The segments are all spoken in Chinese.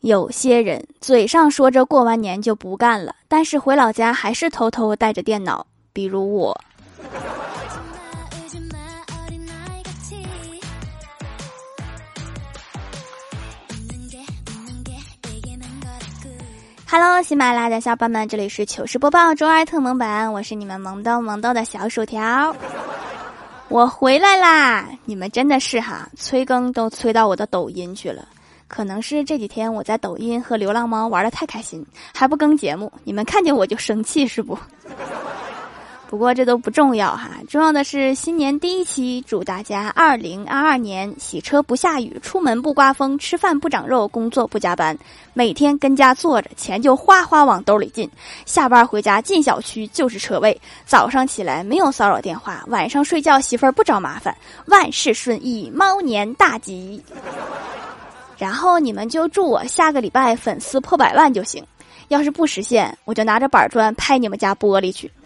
有些人嘴上说着过完年就不干了，但是回老家还是偷偷带着电脑，比如我。Hello， 喜马拉雅的小伙伴们，这里是糗事播报周二特蒙版，我是你们萌逗萌逗的小薯条。我回来啦！你们真的是哈，催更都催到我的抖音去了。可能是这几天我在抖音和流浪猫玩得太开心，还不更节目，你们看见我就生气是不？不过这都不重要哈，重要的是新年第一期，祝大家2022年洗车不下雨，出门不刮风，吃饭不长肉，工作不加班，每天跟家坐着，钱就哗哗往兜里进，下班回家进小区就是车位，早上起来没有骚扰电话，晚上睡觉媳妇儿不找麻烦，万事顺意，猫年大吉。然后你们就祝我下个礼拜粉丝破100万就行，要是不实现，我就拿着板砖拍你们家玻璃去。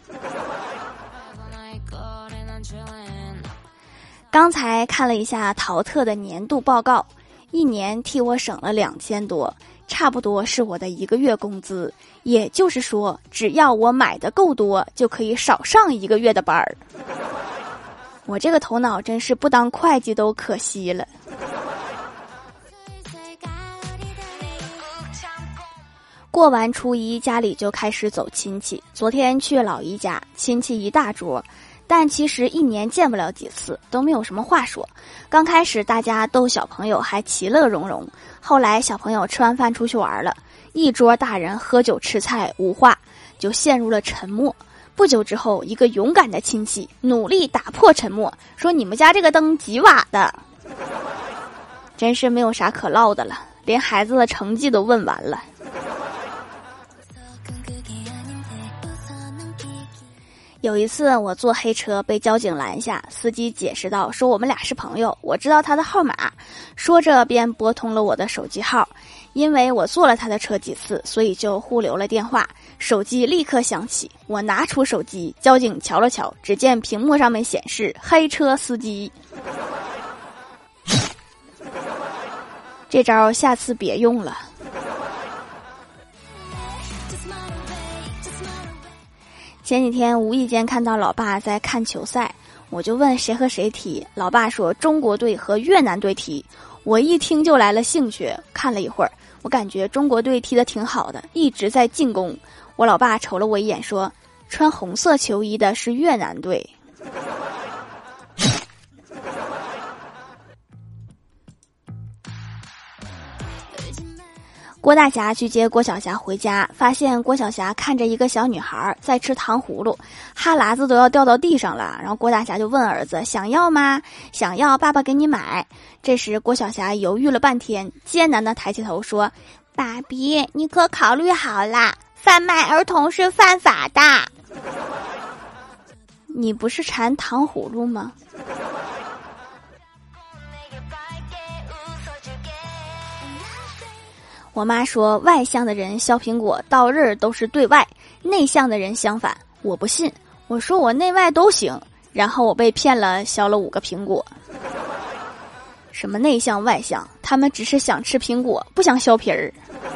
刚才看了一下淘特的年度报告，一年替我省了2000多，差不多是我的1个月工资。也就是说，只要我买的够多，就可以少上1个月的班儿。我这个头脑真是不当会计都可惜了。过完初一，家里就开始走亲戚。昨天去老姨家，亲戚一大桌，但其实一年见不了几次，都没有什么话说。刚开始大家逗小朋友还其乐融融，后来小朋友吃完饭出去玩了，一桌大人喝酒吃菜无话，就陷入了沉默。不久之后，一个勇敢的亲戚努力打破沉默，说你们家这个灯几瓦的？真是没有啥可唠的了，连孩子的成绩都问完了。有一次我坐黑车被交警拦下，司机解释道，说我们俩是朋友，我知道他的号码，说着便拨通了我的手机号。因为我坐了他的车几次，所以就互留了电话。手机立刻响起，我拿出手机，交警瞧了瞧，只见屏幕上面显示黑车司机。这招下次别用了。前几天无意间看到老爸在看球赛，我就问谁和谁踢，老爸说中国队和越南队踢。我一听就来了兴趣，看了一会儿，我感觉中国队踢得挺好的，一直在进攻。我老爸瞅了我一眼说，穿红色球衣的是越南队。郭大侠去接郭小霞回家，发现郭小霞看着一个小女孩在吃糖葫芦，哈喇子都要掉到地上了。然后郭大侠就问儿子，想要吗？想要，爸爸给你买。这时郭小霞犹豫了半天，艰难地抬起头说，爸比，你可考虑好啦，贩卖儿童是犯法的。你不是馋糖葫芦吗？我妈说，外向的人削苹果到刃都是对外，内向的人相反。我不信，我说我内外都行，然后我被骗了，削了5个苹果。什么内向外向，他们只是想吃苹果，不想削皮儿。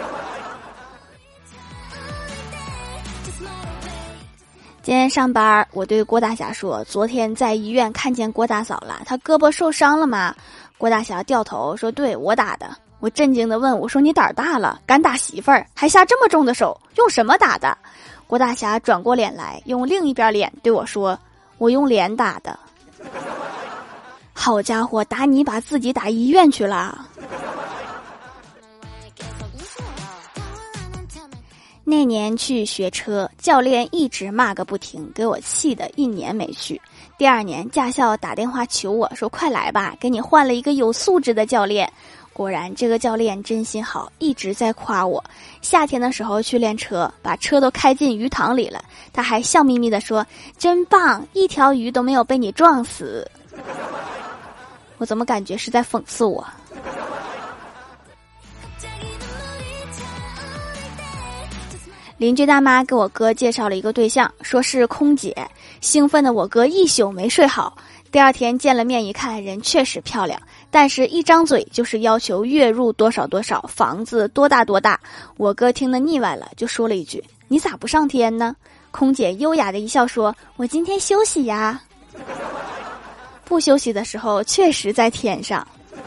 今天上班，我对郭大侠说，昨天在医院看见郭大嫂了，她胳膊受伤了吗？郭大侠掉头说，对，我打的。我震惊地问，我说你胆儿大了，敢打媳妇儿，还下这么重的手，用什么打的？郭大侠转过脸来，用另一边脸对我说，我用脸打的。好家伙，打你把自己打医院去了。那年去学车，教练一直骂个不停，给我气得1年没去。第2年驾校打电话求我说，快来吧，给你换了一个有素质的教练。果然这个教练真心好，一直在夸我。夏天的时候去练车，把车都开进鱼塘里了，他还笑眯眯地说，真棒，一条鱼都没有被你撞死。我怎么感觉是在讽刺我？邻居大妈给我哥介绍了一个对象，说是空姐，兴奋的我哥一宿没睡好。 第二天见了面一看，人确实漂亮，但是一张嘴就是要求月入多少多少，房子多大多大。我哥听得腻歪了，就说了一句：你咋不上天呢？空姐优雅的一笑说：我今天休息呀。不休息的时候确实在天上。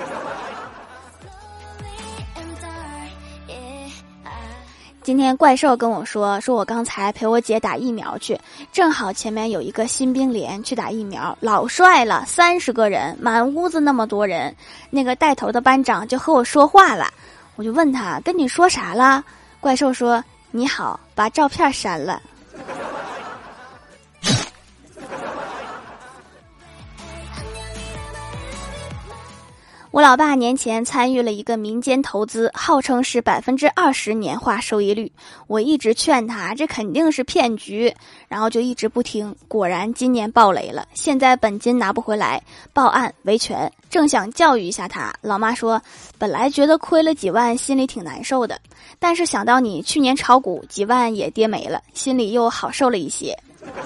今天怪兽跟我说我刚才陪我姐打疫苗去，正好前面有一个新兵连去打疫苗，老帅了，30个人，满屋子那么多人，那个带头的班长就和我说话了，我就问他跟你说啥了？怪兽说你好，把照片删了。我老爸年前参与了一个民间投资，号称是20%年化收益率。我一直劝他，这肯定是骗局，然后就一直不听。果然今年爆雷了，现在本金拿不回来，报案维权。正想教育一下他，老妈说，本来觉得亏了几万，心里挺难受的，但是想到你去年炒股几万也跌没了，心里又好受了一些。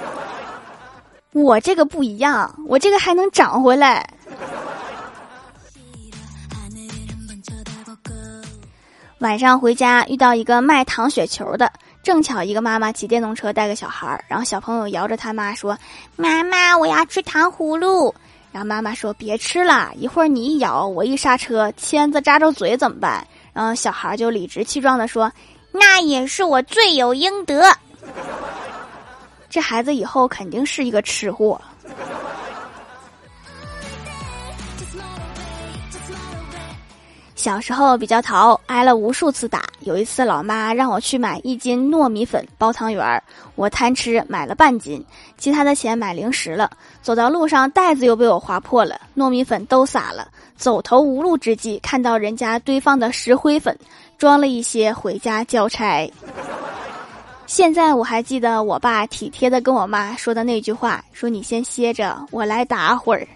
我这个不一样，我这个还能涨回来。晚上回家遇到一个卖糖雪球的，正巧一个妈妈骑电动车带个小孩，然后小朋友摇着他妈说，妈妈我要吃糖葫芦，然后妈妈说别吃了，一会儿你一咬我一刹车，签子扎着嘴怎么办？然后小孩就理直气壮地说，那也是我罪有应得。这孩子以后肯定是一个吃货。小时候比较淘，挨了无数次打。有一次老妈让我去买1斤糯米粉包汤圆，我贪吃买了半斤，其他的钱买零食了。走到路上袋子又被我划破了，糯米粉都洒了。走投无路之际，看到人家堆放的石灰粉，装了一些回家交差。现在我还记得我爸体贴的跟我妈说的那句话，说你先歇着，我来打会儿。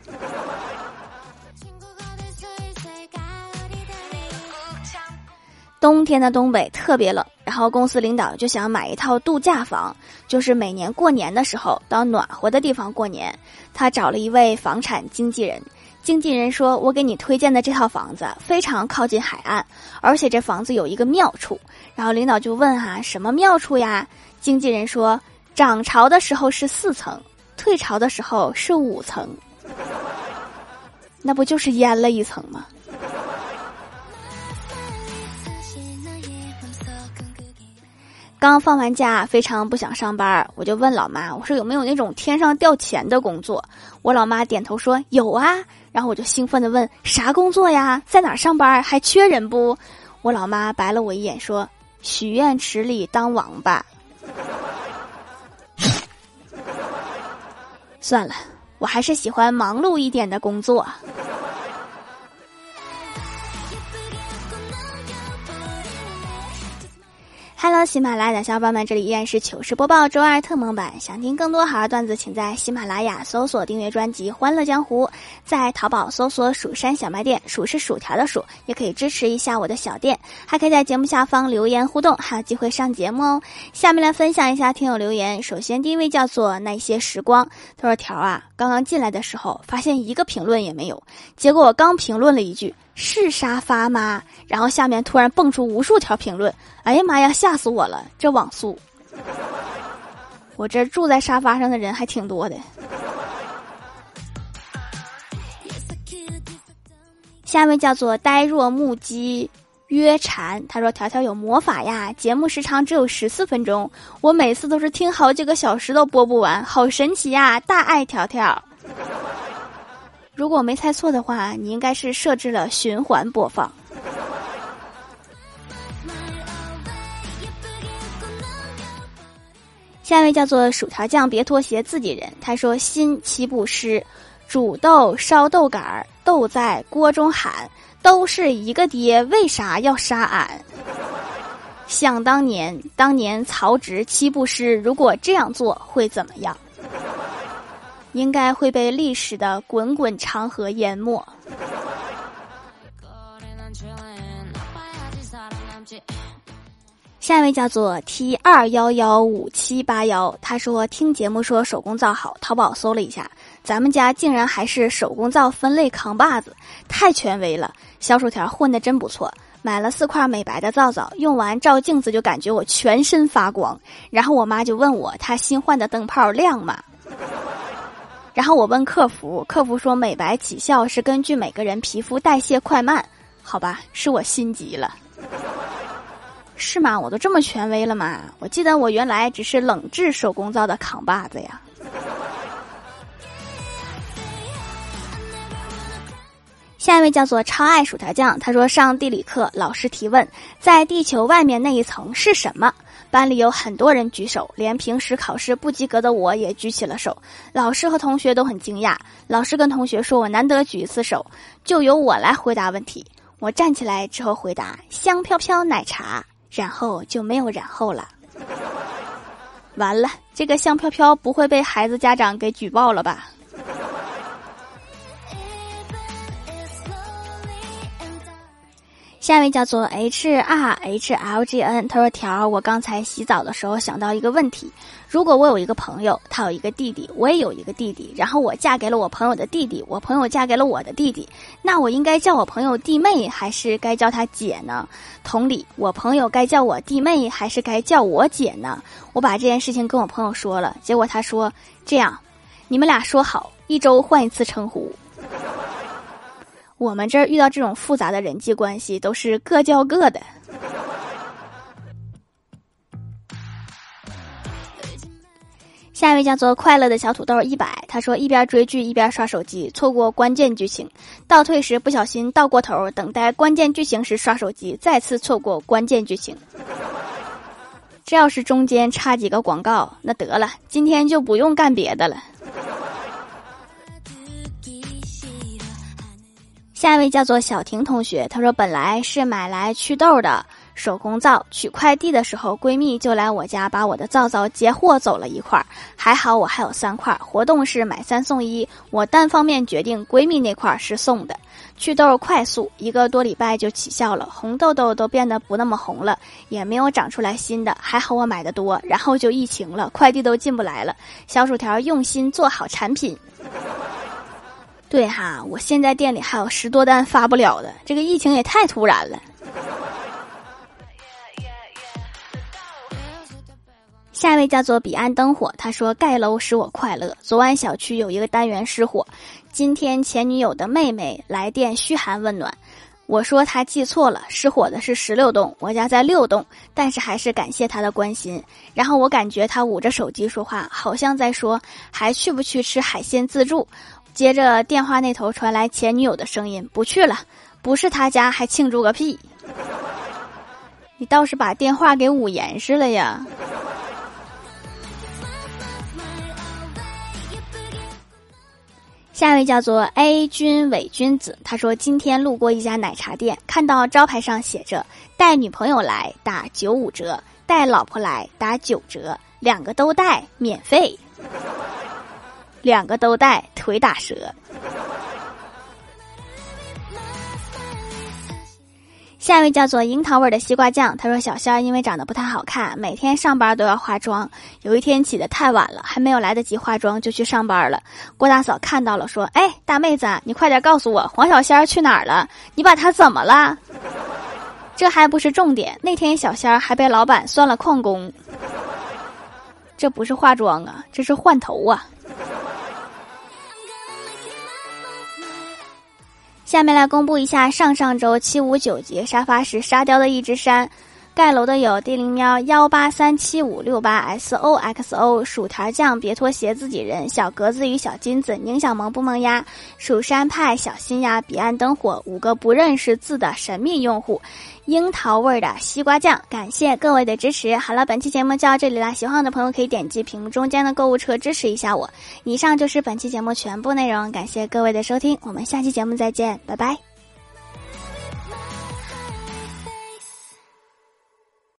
冬天的东北特别冷，然后公司领导就想买一套度假房，就是每年过年的时候到暖和的地方过年。他找了一位房产经纪人，经纪人说，我给你推荐的这套房子非常靠近海岸，而且这房子有一个妙处。然后领导就问什么妙处呀？经纪人说，涨潮的时候是4层，退潮的时候是5层。那不就是淹了1层吗？刚放完假，非常不想上班，我就问老妈，我说有没有那种天上掉钱的工作？我老妈点头说有啊，然后我就兴奋地问，啥工作呀？在哪儿上班？还缺人不？我老妈白了我一眼说，许愿池里当王八。算了，我还是喜欢忙碌一点的工作。Hello， 喜马拉雅的小伙伴们，这里依然是糗事播报周二特蒙版。想听更多好玩段子，请在喜马拉雅搜索订阅专辑《欢乐江湖》，在淘宝搜索蜀山小卖店，蜀是薯条的蜀，也可以支持一下我的小店，还可以在节目下方留言互动，还有机会上节目哦。下面来分享一下听友留言。首先第一位叫做那些时光，他说条啊，刚刚进来的时候发现一个评论也没有，结果我刚评论了一句是沙发吗？然后下面突然蹦出无数条评论，哎呀妈呀，吓死我了，这网速。我这住在沙发上的人还挺多的。下面叫做呆若木鸡约蝉，他说条条有魔法呀，节目时长只有14分钟，我每次都是听好几个小时都播不完，好神奇呀，大爱条条。如果我没猜错的话，你应该是设置了循环播放。下一位叫做薯条酱别拖鞋自己人，他说新七步诗，煮豆烧豆杆，豆在锅中喊，都是一个爹，为啥要杀俺？想当年曹植七步诗如果这样做会怎么样？应该会被历史的滚滚长河淹没。下一位叫做 T21157811，他说听节目说手工皂好，淘宝搜了一下， 咱们家竟然还是手工皂分类扛把子，太权威了。小薯条混得真不错，买了4块美白的皂皂，用完照镜子就感觉我全身发光。然后我妈就问我，她新换的灯泡亮吗？然后我问客服，客服说美白起效是根据每个人皮肤代谢快慢。好吧，是我心急了。是吗？我都这么权威了吗？我记得我原来只是冷制手工皂的扛把子呀。下一位叫做超爱薯条酱，他说上地理课，老师提问，在地球外面那一层是什么？班里有很多人举手，连平时考试不及格的我也举起了手。老师和同学都很惊讶，老师跟同学说，我难得举一次手，就由我来回答问题。我站起来之后回答香飘飘奶茶，然后就没有然后了。完了，这个香飘飘不会被孩子家长给举报了吧？下一位叫做 HRHLGN， 他说条，我刚才洗澡的时候想到一个问题，如果我有一个朋友，他有一个弟弟，我也有一个弟弟，然后我嫁给了我朋友的弟弟，我朋友嫁给了我的弟弟，那我应该叫我朋友弟妹还是该叫他姐呢？同理，我朋友该叫我弟妹还是该叫我姐呢？我把这件事情跟我朋友说了，结果他说这样，你们俩说好1周换一次称呼。我们这儿遇到这种复杂的人际关系都是各叫各的。下一位叫做快乐的小土豆100，他说一边追剧一边刷手机，错过关键剧情，倒退时不小心倒过头，等待关键剧情时刷手机，再次错过关键剧情。这要是中间插几个广告，那得了，今天就不用干别的了。下一位叫做小婷同学，她说本来是买来祛痘的手工皂，取快递的时候闺蜜就来我家把我的皂皂截货走了1块，还好我还有3块，活动是买3送1，我单方面决定闺蜜那块是送的。祛痘快速1个多礼拜就起效了，红痘痘都变得不那么红了，也没有长出来新的，还好我买的多，然后就疫情了，快递都进不来了。小薯条用心做好产品。对哈，我现在店里还有10多单发不了的，这个疫情也太突然了。下一位叫做彼岸灯火，他说盖楼使我快乐，昨晚小区有一个单元失火，今天前女友的妹妹来电嘘寒问暖，我说他记错了，失火的是16栋，我家在6栋，但是还是感谢他的关心。然后我感觉他捂着手机说话，好像在说还去不去吃海鲜自助。接着电话那头传来前女友的声音，不去了，不是他家还庆祝个屁。你倒是把电话给捂严实了呀。下一位叫做 A 君伪君子，他说今天路过一家奶茶店，看到招牌上写着带女朋友来打95折，带老婆来打9折，2个都带免费，2个都带腿打折。下一位叫做樱桃味的西瓜酱，他说小仙儿因为长得不太好看，每天上班都要化妆，有一天起得太晚了，还没有来得及化妆就去上班了。郭大嫂看到了说，哎，大妹子，你快点告诉我黄小仙儿去哪儿了，你把她怎么了？这还不是重点，那天小仙儿还被老板算了旷工。这不是化妆啊，这是换头啊。下面来公布一下上上周759节沙发时沙雕的一只山，盖楼的有地灵喵1837568SOXO 薯条酱别拖鞋自己人小格子与小金子宁小萌不萌呀蜀山派小心呀彼岸灯火5个不认识字的神秘用户樱桃味的西瓜酱，感谢各位的支持。好了，本期节目就到这里啦，喜欢我的朋友可以点击屏幕中间的购物车支持一下我。以上就是本期节目全部内容，感谢各位的收听，我们下期节目再见，拜拜。